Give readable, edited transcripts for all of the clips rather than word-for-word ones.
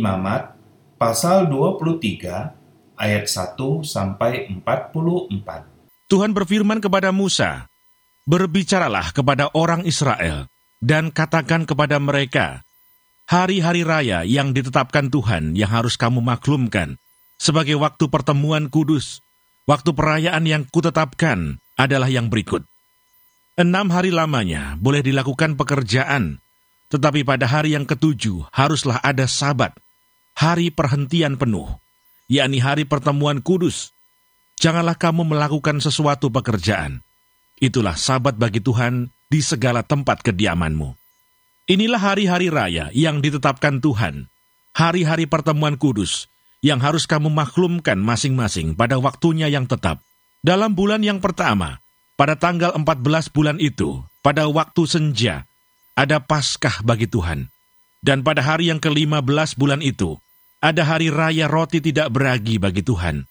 Imamat pasal 23 ayat 1 sampai 44. Tuhan berfirman kepada Musa, "Berbicaralah kepada orang Israel dan katakan kepada mereka, hari-hari raya yang ditetapkan Tuhan yang harus kamu maklumkan sebagai waktu pertemuan kudus, waktu perayaan yang kutetapkan adalah yang berikut. 6 hari lamanya boleh dilakukan pekerjaan, tetapi pada hari yang ke-7 haruslah ada Sabat, hari perhentian penuh, yakni hari pertemuan kudus. Janganlah kamu melakukan sesuatu pekerjaan. Itulah Sabat bagi Tuhan di segala tempat kediamanmu. Inilah hari-hari raya yang ditetapkan Tuhan, hari-hari pertemuan kudus, yang harus kamu maklumkan masing-masing pada waktunya yang tetap. Dalam bulan yang pertama, pada tanggal 14 bulan itu, pada waktu senja, ada Paskah bagi Tuhan. Dan pada hari yang ke-15 bulan itu, ada hari raya roti tidak beragi bagi Tuhan.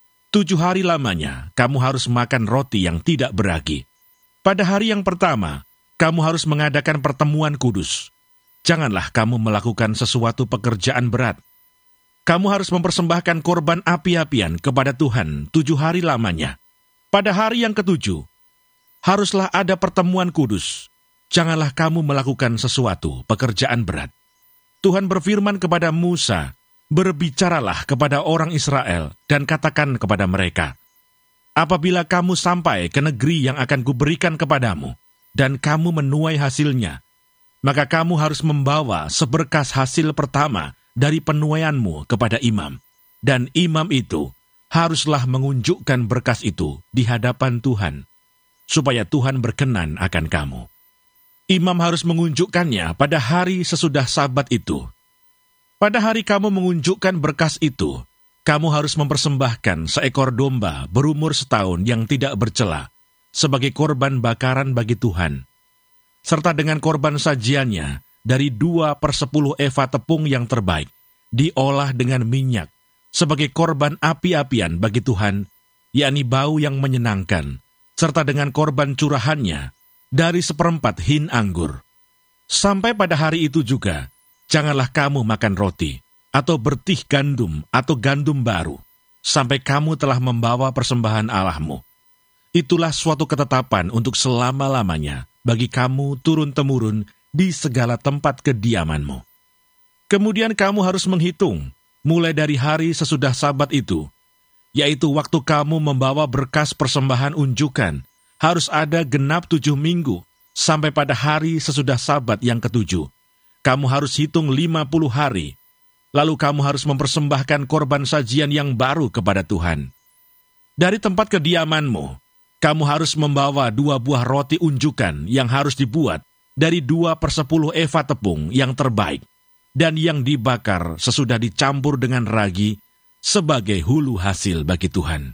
7 hari lamanya, kamu harus makan roti yang tidak beragi. Pada hari yang pertama, kamu harus mengadakan pertemuan kudus. Janganlah kamu melakukan sesuatu pekerjaan berat. Kamu harus mempersembahkan korban api-apian kepada Tuhan 7 hari lamanya. Pada hari yang ke-7, haruslah ada pertemuan kudus. Janganlah kamu melakukan sesuatu pekerjaan berat. Tuhan berfirman kepada Musa, "Berbicaralah kepada orang Israel dan katakan kepada mereka, apabila kamu sampai ke negeri yang akan kuberikan kepadamu, dan kamu menuai hasilnya, maka kamu harus membawa seberkas hasil pertama dari penuaianmu kepada imam, dan imam itu haruslah mengunjukkan berkas itu di hadapan Tuhan, supaya Tuhan berkenan akan kamu. Imam harus mengunjukkannya pada hari sesudah Sabat itu. Pada hari kamu mengunjukkan berkas itu, kamu harus mempersembahkan seekor domba berumur setahun yang tidak bercela, sebagai korban bakaran bagi Tuhan, serta dengan korban sajiannya dari 2/10 eva tepung yang terbaik, diolah dengan minyak, sebagai korban api-apian bagi Tuhan, yakni bau yang menyenangkan, serta dengan korban curahannya dari 1/4 hin anggur. Sampai pada hari itu juga, janganlah kamu makan roti, atau bertih gandum, atau gandum baru, sampai kamu telah membawa persembahan Allahmu. Itulah suatu ketetapan untuk selama-lamanya, bagi kamu turun-temurun di segala tempat kediamanmu. Kemudian kamu harus menghitung, mulai dari hari sesudah Sabat itu, yaitu waktu kamu membawa berkas persembahan unjukan, harus ada genap 7 minggu, sampai pada hari sesudah Sabat yang ke-7. Kamu harus hitung 50 hari, lalu kamu harus mempersembahkan korban sajian yang baru kepada Tuhan. Dari tempat kediamanmu, kamu harus membawa 2 buah roti unjukan yang harus dibuat dari 2/10 eva tepung yang terbaik, dan yang dibakar sesudah dicampur dengan ragi sebagai hulu hasil bagi Tuhan.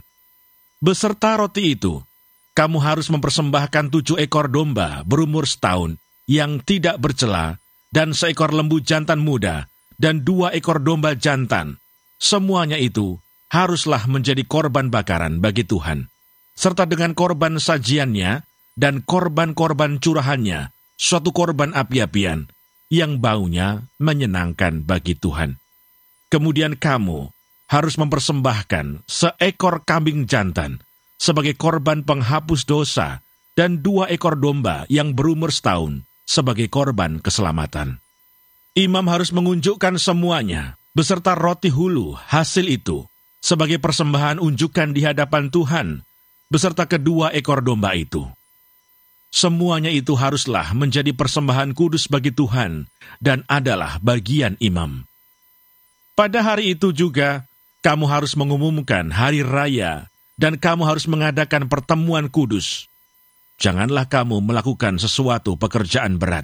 Beserta roti itu, kamu harus mempersembahkan 7 ekor domba berumur setahun yang tidak bercela, dan seekor lembu jantan muda, dan 2 ekor domba jantan. Semuanya itu haruslah menjadi korban bakaran bagi Tuhan, serta dengan korban sajiannya dan korban-korban curahannya, suatu korban api-apian yang baunya menyenangkan bagi Tuhan. Kemudian kamu harus mempersembahkan seekor kambing jantan sebagai korban penghapus dosa, dan 2 ekor domba yang berumur setahun sebagai korban keselamatan. Imam harus mengunjukkan semuanya, beserta roti hulu hasil itu, sebagai persembahan unjukan di hadapan Tuhan, beserta kedua ekor domba itu. Semuanya itu haruslah menjadi persembahan kudus bagi Tuhan, dan adalah bagian imam. Pada hari itu juga, kamu harus mengumumkan hari raya, dan kamu harus mengadakan pertemuan kudus. Janganlah kamu melakukan sesuatu pekerjaan berat.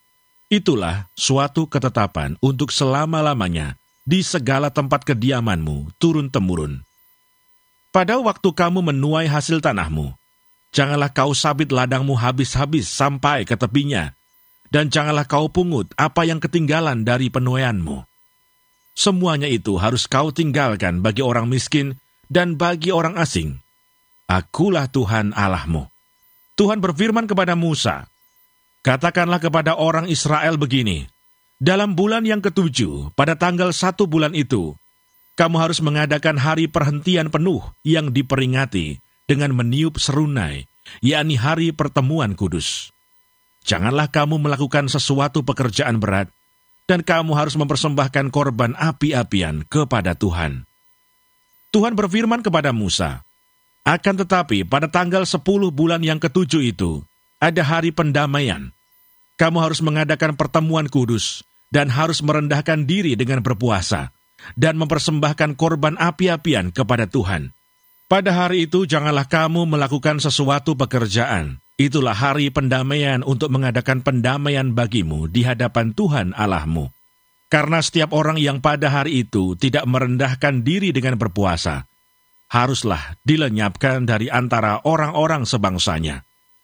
Itulah suatu ketetapan untuk selama-lamanya di segala tempat kediamanmu turun-temurun. Pada waktu kamu menuai hasil tanahmu, janganlah kau sabit ladangmu habis-habis sampai ke tepinya, dan janganlah kau pungut apa yang ketinggalan dari penuaianmu. Semuanya itu harus kau tinggalkan bagi orang miskin dan bagi orang asing. Akulah Tuhan Allahmu. Tuhan berfirman kepada Musa, "Katakanlah kepada orang Israel begini, Dalam bulan yang ketujuh, pada tanggal 1 bulan itu, kamu harus mengadakan hari perhentian penuh yang diperingati dengan meniup serunai, yakni hari pertemuan kudus. Janganlah kamu melakukan sesuatu pekerjaan berat, dan kamu harus mempersembahkan korban api-apian kepada Tuhan. Tuhan berfirman kepada Musa, akan tetapi pada tanggal 10 bulan yang ketujuh itu, ada hari pendamaian. Kamu harus mengadakan pertemuan kudus, dan harus merendahkan diri dengan berpuasa, dan mempersembahkan korban api-apian kepada Tuhan. Pada hari itu janganlah kamu melakukan sesuatu pekerjaan. Itulah hari pendamaian untuk mengadakan pendamaian bagimu di hadapan Tuhan Allahmu. Karena setiap orang yang pada hari itu tidak merendahkan diri dengan berpuasa, haruslah dilenyapkan dari antara orang-orang sebangsanya.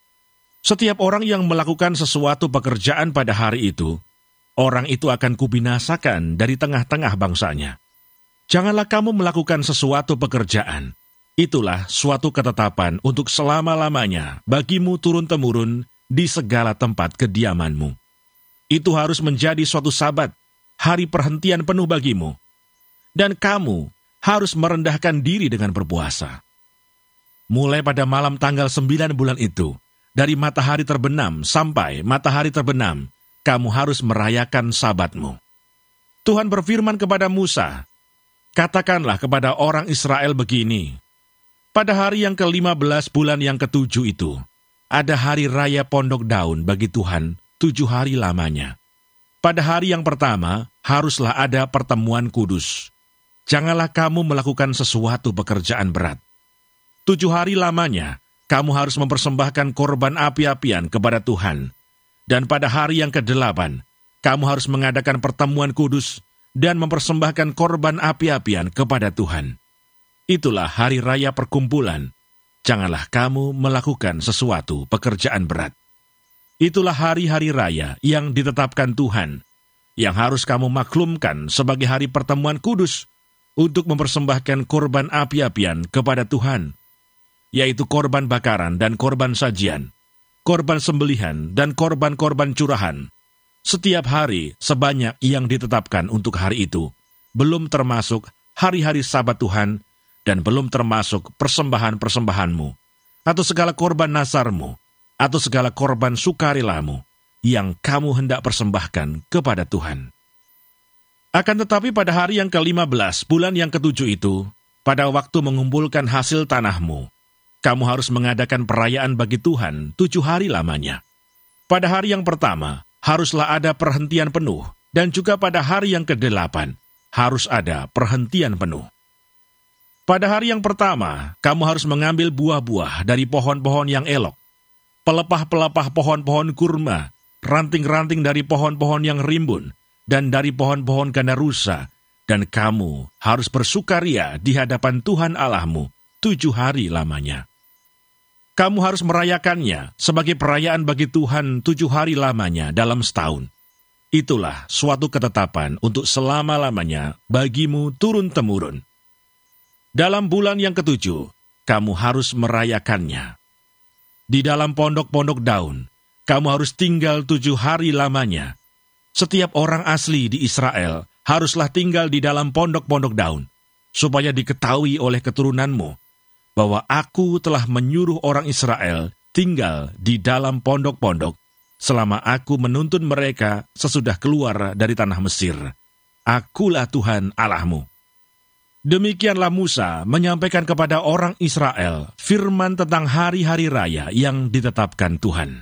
Setiap orang yang melakukan sesuatu pekerjaan pada hari itu, orang itu akan kubinasakan dari tengah-tengah bangsanya. Janganlah kamu melakukan sesuatu pekerjaan. Itulah suatu ketetapan untuk selama-lamanya bagimu turun-temurun di segala tempat kediamanmu. Itu harus menjadi suatu sabat, hari perhentian penuh bagimu. Dan kamu harus merendahkan diri dengan berpuasa. Mulai pada malam tanggal 9 bulan itu, dari matahari terbenam sampai matahari terbenam, kamu harus merayakan sabatmu. Tuhan berfirman kepada Musa, katakanlah kepada orang Israel begini, pada hari yang ke-15 bulan yang ke-7 itu, ada hari raya pondok daun bagi Tuhan 7 hari lamanya. Pada hari yang pertama, haruslah ada pertemuan kudus. Janganlah kamu melakukan sesuatu pekerjaan berat. 7 hari lamanya, kamu harus mempersembahkan korban api-apian kepada Tuhan. Dan pada hari yang ke-8, kamu harus mengadakan pertemuan kudus dan mempersembahkan korban api-apian kepada Tuhan. Itulah hari raya perkumpulan. Janganlah kamu melakukan sesuatu pekerjaan berat. Itulah hari-hari raya yang ditetapkan Tuhan, yang harus kamu maklumkan sebagai hari pertemuan kudus untuk mempersembahkan korban api-apian kepada Tuhan, yaitu korban bakaran dan korban sajian, korban sembelihan, dan korban-korban curahan, setiap hari sebanyak yang ditetapkan untuk hari itu, belum termasuk hari-hari Sabat Tuhan, dan belum termasuk persembahan-persembahanmu, atau segala korban nasarmu, atau segala korban sukarelamu, yang kamu hendak persembahkan kepada Tuhan. Akan tetapi pada hari yang ke-15, bulan yang ke-7 itu, pada waktu mengumpulkan hasil tanahmu, kamu harus mengadakan perayaan bagi Tuhan 7 hari lamanya. Pada hari yang pertama, haruslah ada perhentian penuh, dan juga pada hari yang ke-8, harus ada perhentian penuh. Pada hari yang pertama, kamu harus mengambil buah-buah dari pohon-pohon yang elok, pelepah-pelepah pohon-pohon kurma, ranting-ranting dari pohon-pohon yang rimbun, dan dari pohon-pohon gandarusa, dan kamu harus bersukaria di hadapan Tuhan Allahmu 7 hari lamanya. Kamu harus merayakannya sebagai perayaan bagi Tuhan 7 hari lamanya dalam setahun. Itulah suatu ketetapan untuk selama-lamanya bagimu turun-temurun. Dalam bulan yang ke-7, kamu harus merayakannya. Di dalam pondok-pondok daun, kamu harus tinggal 7 hari lamanya. Setiap orang asli di Israel haruslah tinggal di dalam pondok-pondok daun, supaya diketahui oleh keturunanmu bahwa aku telah menyuruh orang Israel tinggal di dalam pondok-pondok selama aku menuntun mereka sesudah keluar dari tanah Mesir. Akulah Tuhan Allahmu. Demikianlah Musa menyampaikan kepada orang Israel firman tentang hari-hari raya yang ditetapkan Tuhan.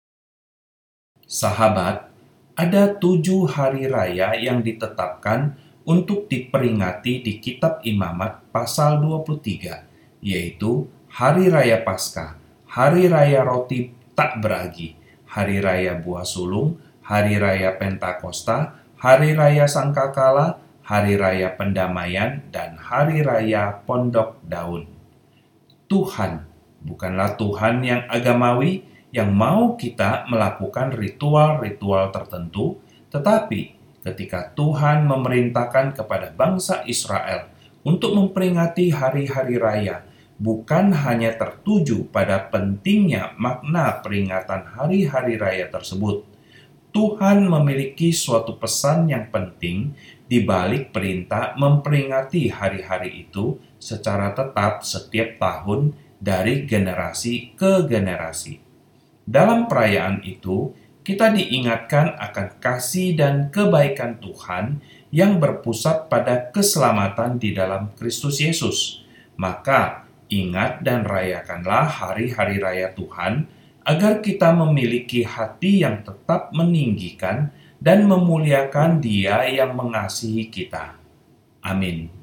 Sahabat, ada 7 hari raya yang ditetapkan untuk diperingati di Kitab Imamat pasal 23, yaitu Hari Raya Paskah, Hari Raya Roti Tak Beragi, Hari Raya Buah Sulung, Hari Raya Pentakosta, Hari Raya Sangkakala, Hari Raya Pendamaian, dan Hari Raya Pondok Daun. Tuhan bukanlah Tuhan yang agamawi yang mau kita melakukan ritual-ritual tertentu, tetapi ketika Tuhan memerintahkan kepada bangsa Israel untuk memperingati hari-hari raya, bukan hanya tertuju pada pentingnya makna peringatan hari-hari raya tersebut. Tuhan memiliki suatu pesan yang penting di balik perintah memperingati hari-hari itu secara tetap setiap tahun dari generasi ke generasi. Dalam perayaan itu, kita diingatkan akan kasih dan kebaikan Tuhan yang berpusat pada keselamatan di dalam Kristus Yesus. Maka, ingat dan rayakanlah hari-hari raya Tuhan, agar kita memiliki hati yang tetap meninggikan dan memuliakan Dia yang mengasihi kita. Amin.